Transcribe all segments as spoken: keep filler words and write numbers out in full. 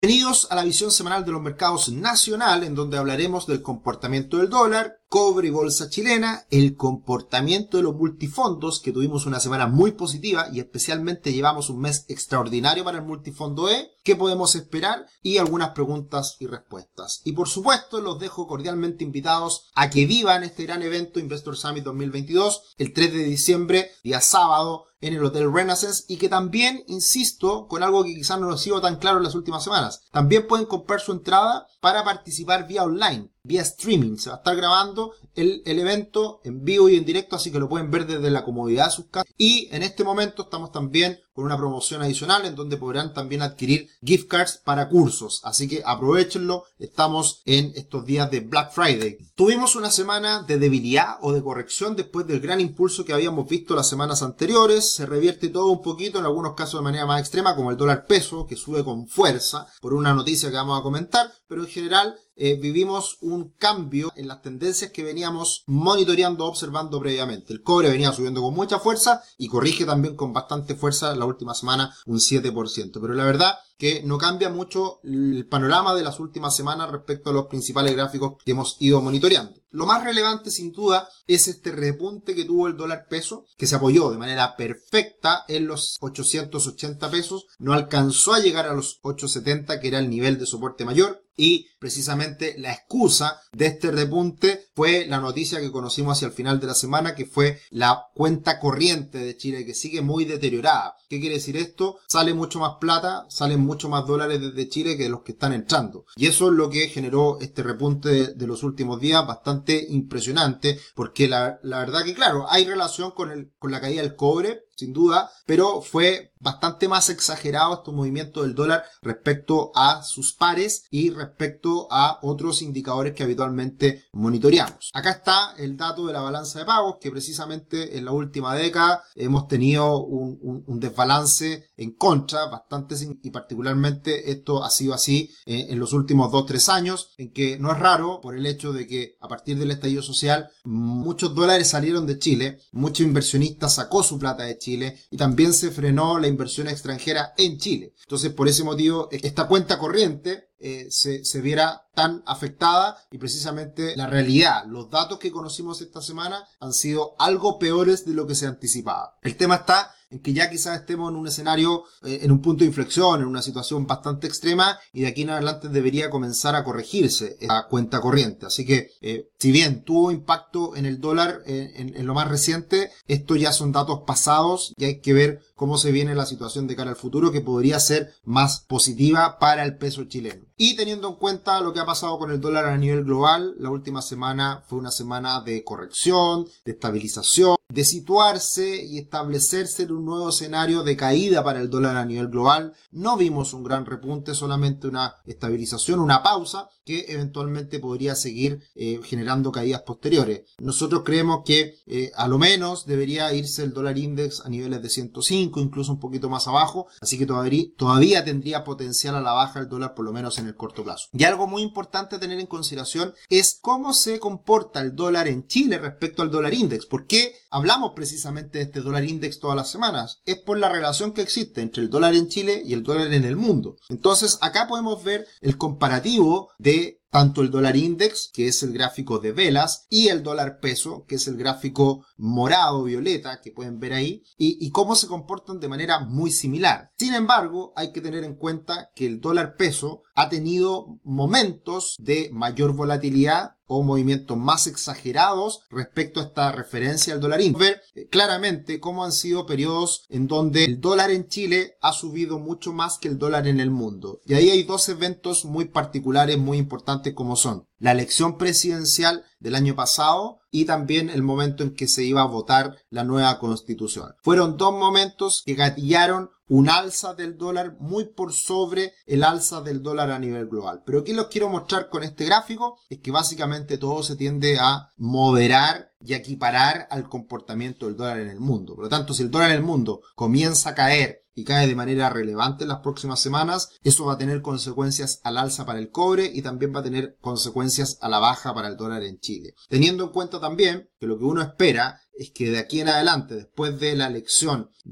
Bienvenidos a la visión semanal de los mercados nacional, en donde hablaremos del comportamiento del dólar, cobre y bolsa chilena, el comportamiento de los multifondos, que tuvimos una semana muy positiva y especialmente llevamos un mes extraordinario para el multifondo E, qué podemos esperar y algunas preguntas y respuestas. Y por supuesto los dejo cordialmente invitados a que vivan este gran evento Investor Summit dos mil veintidós el tres de diciembre, día sábado, en el Hotel Renaissance, y que también, insisto, con algo que quizás no nos ha sido tan claro en las últimas semanas, también pueden comprar su entrada para participar vía online, vía streaming. Se va a estar grabando el, el evento en vivo y en directo, así que lo pueden ver desde la comodidad de sus casas. Y en este momento estamos también con una promoción adicional en donde podrán también adquirir gift cards para cursos, así que aprovechenlo. Estamos en estos días de Black Friday. Tuvimos una semana de debilidad o de corrección después del gran impulso que habíamos visto las semanas anteriores. Se revierte todo un poquito, en algunos casos de manera más extrema, como el dólar peso, que sube con fuerza por una noticia que vamos a comentar, pero en general eh, vivimos un cambio en las tendencias que veníamos monitoreando, observando previamente. El cobre venía subiendo con mucha fuerza y corrige también con bastante fuerza la última semana, un siete por ciento, pero la verdad que no cambia mucho el panorama de las últimas semanas respecto a los principales gráficos que hemos ido monitoreando. Lo más relevante sin duda es este repunte que tuvo el dólar peso, que se apoyó de manera perfecta en los ochocientos ochenta pesos, no alcanzó a llegar a los ochocientos setenta, que era el nivel de soporte mayor, y precisamente la excusa de este repunte fue la noticia que conocimos hacia el final de la semana, que fue la cuenta corriente de Chile, que sigue muy deteriorada. ¿Qué quiere decir esto? Sale mucho más plata, salen mucho más dólares desde Chile que los que están entrando. Y eso es lo que generó este repunte de, de los últimos días, bastante impresionante, porque la, la verdad que claro, hay relación con, el, con la caída del cobre, sin duda, pero fue bastante más exagerado estos movimientos del dólar respecto a sus pares y respecto a otros indicadores que habitualmente monitoreamos. Acá está el dato de la balanza de pagos, que precisamente en la última década hemos tenido un, un, un desbalance en contra, bastante, y particularmente esto ha sido así eh, en los últimos dos tres años, en que no es raro por el hecho de que a partir del estallido social muchos dólares salieron de Chile, muchos inversionistas sacó su plata de Chile, Chile y también se frenó la inversión extranjera en Chile. Entonces, por ese motivo, esta cuenta corriente eh, se, se viera tan afectada, y precisamente la realidad, los datos que conocimos esta semana han sido algo peores de lo que se anticipaba. El tema está en que ya quizás estemos en un escenario, eh, en un punto de inflexión, en una situación bastante extrema, y de aquí en adelante debería comenzar a corregirse esta cuenta corriente. Así que, eh, si bien tuvo impacto en el dólar eh, en, en lo más reciente, estos ya son datos pasados y hay que ver cómo se viene la situación de cara al futuro, que podría ser más positiva para el peso chileno. Y teniendo en cuenta lo que ha pasado con el dólar a nivel global, la última semana fue una semana de corrección, de estabilización, de situarse y establecerse en un nuevo escenario de caída para el dólar a nivel global. No vimos un gran repunte, solamente una estabilización, una pausa que eventualmente podría seguir eh, generando caídas posteriores. Nosotros creemos que eh, a lo menos debería irse el dólar index a niveles de ciento cinco, incluso un poquito más abajo, así que todavía, todavía tendría potencial a la baja el dólar, por lo menos en el corto plazo. Y algo muy importante a tener en consideración es cómo se comporta el dólar en Chile respecto al dólar index. ¿Por qué hablamos precisamente de este dólar index todas las semanas? Es por la relación que existe entre el dólar en Chile y el dólar en el mundo. Entonces acá podemos ver el comparativo de tanto el dólar index, que es el gráfico de velas, y el dólar peso, que es el gráfico morado violeta, que pueden ver ahí, y, y cómo se comportan de manera muy similar. Sin embargo, hay que tener en cuenta que el dólar peso ha tenido momentos de mayor volatilidad o movimientos más exagerados respecto a esta referencia al dólar index. Ver eh, claramente cómo han sido periodos en donde el dólar en Chile ha subido mucho más que el dólar en el mundo. Y ahí hay dos eventos muy particulares, muy importantes, como son la elección presidencial del año pasado y también el momento en que se iba a votar la nueva constitución. Fueron dos momentos que gatillaron un alza del dólar muy por sobre el alza del dólar a nivel global. Pero aquí los quiero mostrar con este gráfico, es que básicamente todo se tiende a moderar y a equiparar al comportamiento del dólar en el mundo. Por lo tanto, si el dólar en el mundo comienza a caer y cae de manera relevante en las próximas semanas, eso va a tener consecuencias al alza para el cobre y también va a tener consecuencias a la baja para el dólar en Chile. Teniendo en cuenta también que lo que uno espera es que de aquí en adelante, después de la elección de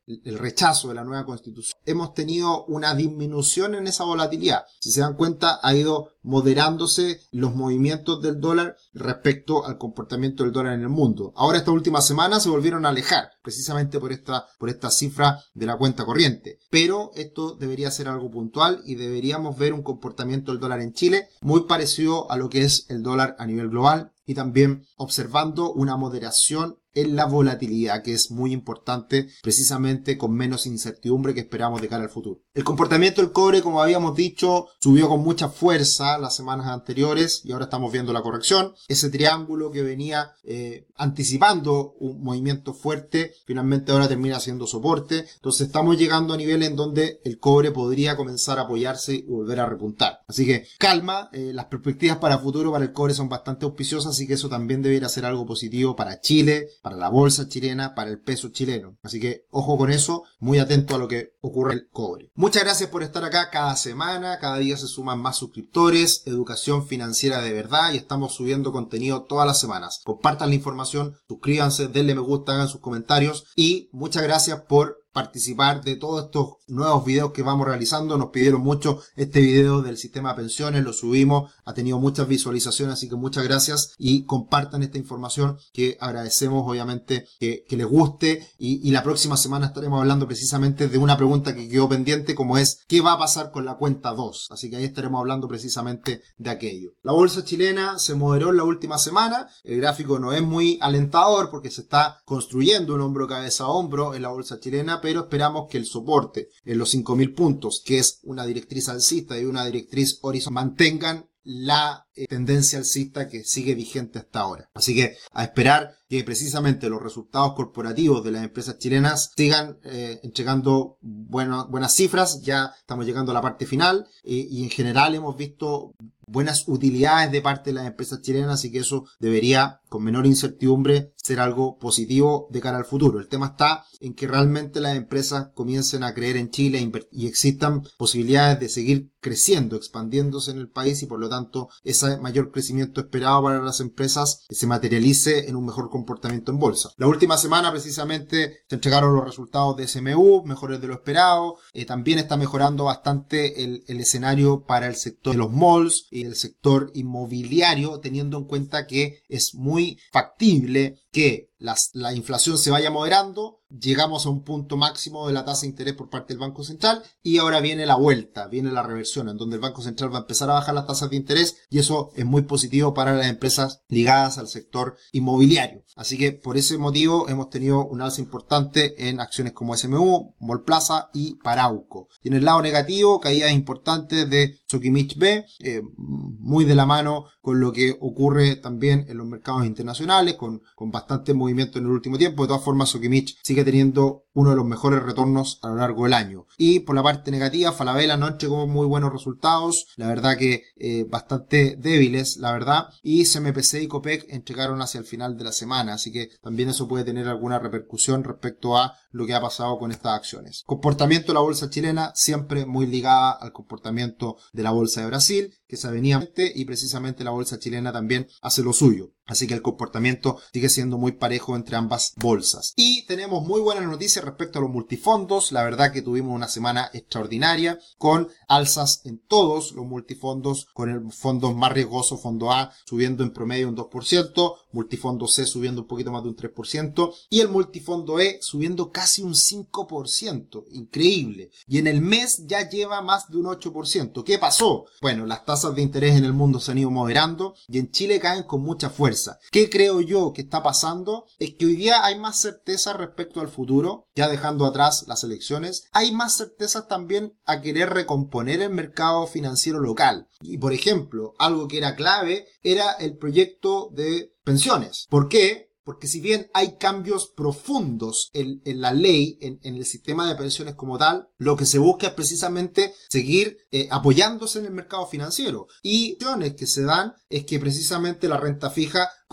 el rechazo de la nueva constitución, hemos tenido una disminución en esa volatilidad. Si se dan cuenta, ha ido moderándose los movimientos del dólar respecto al comportamiento del dólar en el mundo. Ahora, esta última semana se volvieron a alejar, precisamente por esta, por esta cifra de la cuenta corriente. Pero esto debería ser algo puntual y deberíamos ver un comportamiento del dólar en Chile muy parecido a lo que es el dólar a nivel global, y también observando una moderación en la volatilidad, que es muy importante, precisamente con menos incertidumbre que esperamos de cara al futuro. El comportamiento del cobre, como habíamos dicho, subió con mucha fuerza las semanas anteriores y ahora estamos viendo la corrección. Ese triángulo que venía eh, anticipando un movimiento fuerte, finalmente ahora termina siendo soporte. Entonces estamos llegando a niveles en donde el cobre podría comenzar a apoyarse y volver a repuntar. Así que calma, eh, las perspectivas para el futuro para el cobre son bastante auspiciosas, así que eso también debería ser algo positivo para Chile, para la bolsa chilena, para el peso chileno. Así que ojo con eso, muy atento a lo que ocurre en el cobre. Muchas gracias por estar acá cada semana, cada día se suman más suscriptores, educación financiera de verdad, y estamos subiendo contenido todas las semanas. Compartan la información, suscríbanse, denle me gusta, hagan sus comentarios y muchas gracias por participar de todos estos nuevos videos que vamos realizando. Nos pidieron mucho este video del sistema de pensiones, lo subimos, ha tenido muchas visualizaciones, así que muchas gracias y compartan esta información que agradecemos obviamente que, que les guste y, y la próxima semana estaremos hablando precisamente de una pregunta que quedó pendiente, como es ¿qué va a pasar con la cuenta dos? Así que ahí estaremos hablando precisamente de aquello. La bolsa chilena se moderó en la última semana, el gráfico no es muy alentador porque se está construyendo un hombro cabeza a hombro en la bolsa chilena, pero esperamos que el soporte en los cinco mil puntos, que es una directriz alcista y una directriz horizontal, mantengan la eh, tendencia alcista que sigue vigente hasta ahora. Así que a esperar que precisamente los resultados corporativos de las empresas chilenas sigan eh, entregando bueno, buenas cifras. Ya estamos llegando a la parte final eh, y en general hemos visto buenas utilidades de parte de las empresas chilenas, así que eso debería, con menor incertidumbre, ser algo positivo de cara al futuro. El tema está en que realmente las empresas comiencen a creer en Chile y existan posibilidades de seguir creciendo, expandiéndose en el país y por lo tanto ese mayor crecimiento esperado para las empresas se materialice en un mejor comportamiento en bolsa. La última semana precisamente se entregaron los resultados de S M U, mejores de lo esperado. Eh, también está mejorando bastante el, el escenario para el sector de los malls y el sector inmobiliario, teniendo en cuenta que es muy factible que las, la inflación se vaya moderando. Llegamos a un punto máximo de la tasa de interés por parte del Banco Central y ahora viene la vuelta, viene la reversión, en donde el Banco Central va a empezar a bajar las tasas de interés y eso es muy positivo para las empresas ligadas al sector inmobiliario. Así que por ese motivo hemos tenido un alza importante en acciones como S M U, Mallplaza y Parauco. Y en el lado negativo, caídas importantes de Sokimich B, eh, muy de la mano con lo que ocurre también en los mercados internacionales, con, con bastante movimiento en el último tiempo. De todas formas, Sokimich sigue teniendo uno de los mejores retornos a lo largo del año. Y por la parte negativa, Falabella no entregó muy buenos resultados, la verdad que eh, bastante débiles, la verdad, y C M P C y Copec entregaron hacia el final de la semana, así que también eso puede tener alguna repercusión respecto a lo que ha pasado con estas acciones. Comportamiento de la bolsa chilena siempre muy ligada al comportamiento de la bolsa de Brasil, que se venía y precisamente la bolsa chilena también hace lo suyo. Así que el comportamiento sigue siendo muy parejo entre ambas bolsas. Y tenemos muy buenas noticias respecto a los multifondos. La verdad que tuvimos una semana extraordinaria con alzas en todos los multifondos, con el fondo más riesgoso, fondo A, subiendo en promedio un dos por ciento, multifondo C subiendo un poquito más de un tres por ciento y el multifondo E subiendo casi un cinco por ciento. Increíble. Y en el mes ya lleva más de un ocho por ciento. ¿Qué pasó? Bueno, las tasas de interés en el mundo se han ido moderando y en Chile caen con mucha fuerza. ¿Qué creo yo que está pasando? Es que hoy día hay más certeza respecto al futuro, ya dejando atrás las elecciones. Hay más certezas también a querer recomponer el mercado financiero local. Y por ejemplo, algo que era clave era el proyecto de pensiones. ¿Por qué? Porque si bien hay cambios profundos en, en la ley, en, en el sistema de pensiones como tal, lo que se busca es precisamente seguir eh, apoyándose en el mercado financiero. Y opciones que se dan es que precisamente la renta fija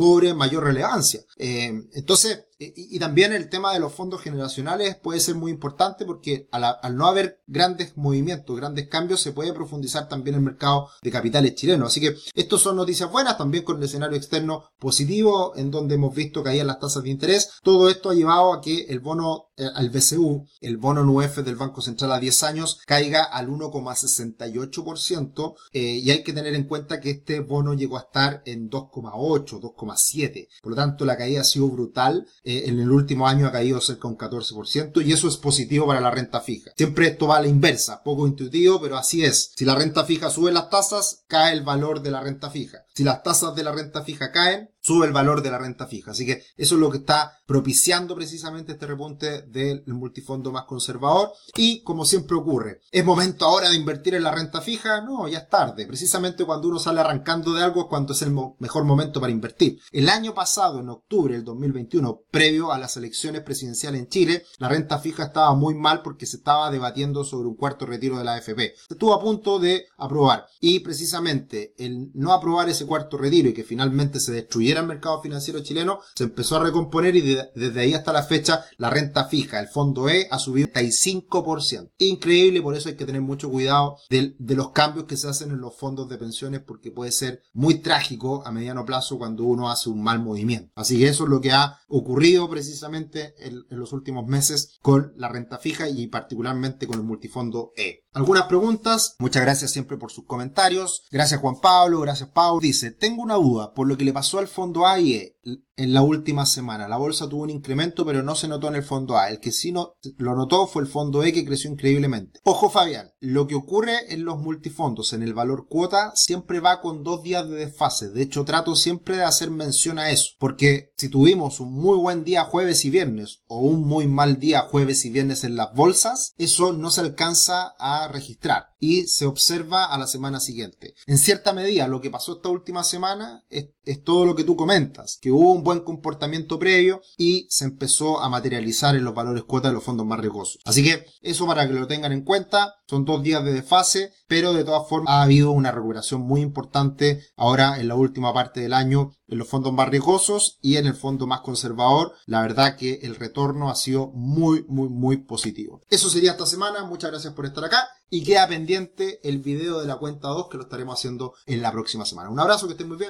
cobre mayor relevancia. Eh, entonces, y, y también el tema de los fondos generacionales puede ser muy importante porque al, al no haber grandes movimientos, grandes cambios, se puede profundizar también el mercado de capitales chilenos. Así que estos son noticias buenas, también con el escenario externo positivo, en donde hemos visto caían las tasas de interés. Todo esto ha llevado a que el bono, eh, al B C U, el bono N U F del Banco Central a diez años, caiga al uno coma sesenta y ocho por ciento, eh, y hay que tener en cuenta que este bono llegó a estar en dos coma ocho, dos coma siete. Por lo tanto, la caída ha sido brutal. Eh, en el último año ha caído cerca de un catorce por ciento, y eso es positivo para la renta fija. Siempre esto va a la inversa, poco intuitivo, pero así es. Si la renta fija sube las tasas, cae el valor de la renta fija. Si las tasas de la renta fija caen, sube el valor de la renta fija. Así que eso es lo que está propiciando precisamente este repunte del multifondo más conservador. Y como siempre ocurre, ¿es momento ahora de invertir en la renta fija? No, ya es tarde. Precisamente cuando uno sale arrancando de algo es cuando es el mo- mejor momento para invertir. El año pasado, en octubre del dos mil veintiuno, previo a las elecciones presidenciales en Chile, la renta fija estaba muy mal porque se estaba debatiendo sobre un cuarto retiro de la A F P. Se estuvo a punto de aprobar. Y precisamente el no aprobar ese cuarto retiro y que finalmente se destruyera el mercado financiero chileno, se empezó a recomponer y de, desde ahí hasta la fecha la renta fija, el fondo E, ha subido treinta y cinco por ciento. Increíble, por eso hay que tener mucho cuidado de, de los cambios que se hacen en los fondos de pensiones, porque puede ser muy trágico a mediano plazo cuando uno hace un mal movimiento. Así que eso es lo que ha ocurrido precisamente en, en los últimos meses con la renta fija y particularmente con el multifondo E. ¿Algunas preguntas? Muchas gracias siempre por sus comentarios. Gracias Juan Pablo, gracias Pau. Dice, tengo una duda por lo que le pasó al fondo A y E en la última semana. La bolsa tuvo un incremento pero no se notó en el fondo A. El que sí no, lo notó fue el fondo E, que creció increíblemente. Ojo Fabián, lo que ocurre en los multifondos, en el valor cuota, siempre va con dos días de desfase. De hecho, trato siempre de hacer mención a eso, porque si tuvimos un muy buen día jueves y viernes o un muy mal día jueves y viernes en las bolsas, eso no se alcanza a registrar y se observa a la semana siguiente. En cierta medida, lo que pasó esta última semana es, es todo lo que tú comentas, que hubo un buen comportamiento previo y se empezó a materializar en los valores cuota de los fondos más riesgosos. Así que eso para que lo tengan en cuenta, son dos días de desfase, pero de todas formas ha habido una recuperación muy importante ahora en la última parte del año en los fondos más riesgosos y en el fondo más conservador. La verdad que el retorno ha sido muy, muy, muy positivo. Eso sería esta semana. Muchas gracias por estar acá y queda pendiente el video de la cuenta dos que lo estaremos haciendo en la próxima semana. Un abrazo, que estén muy bien.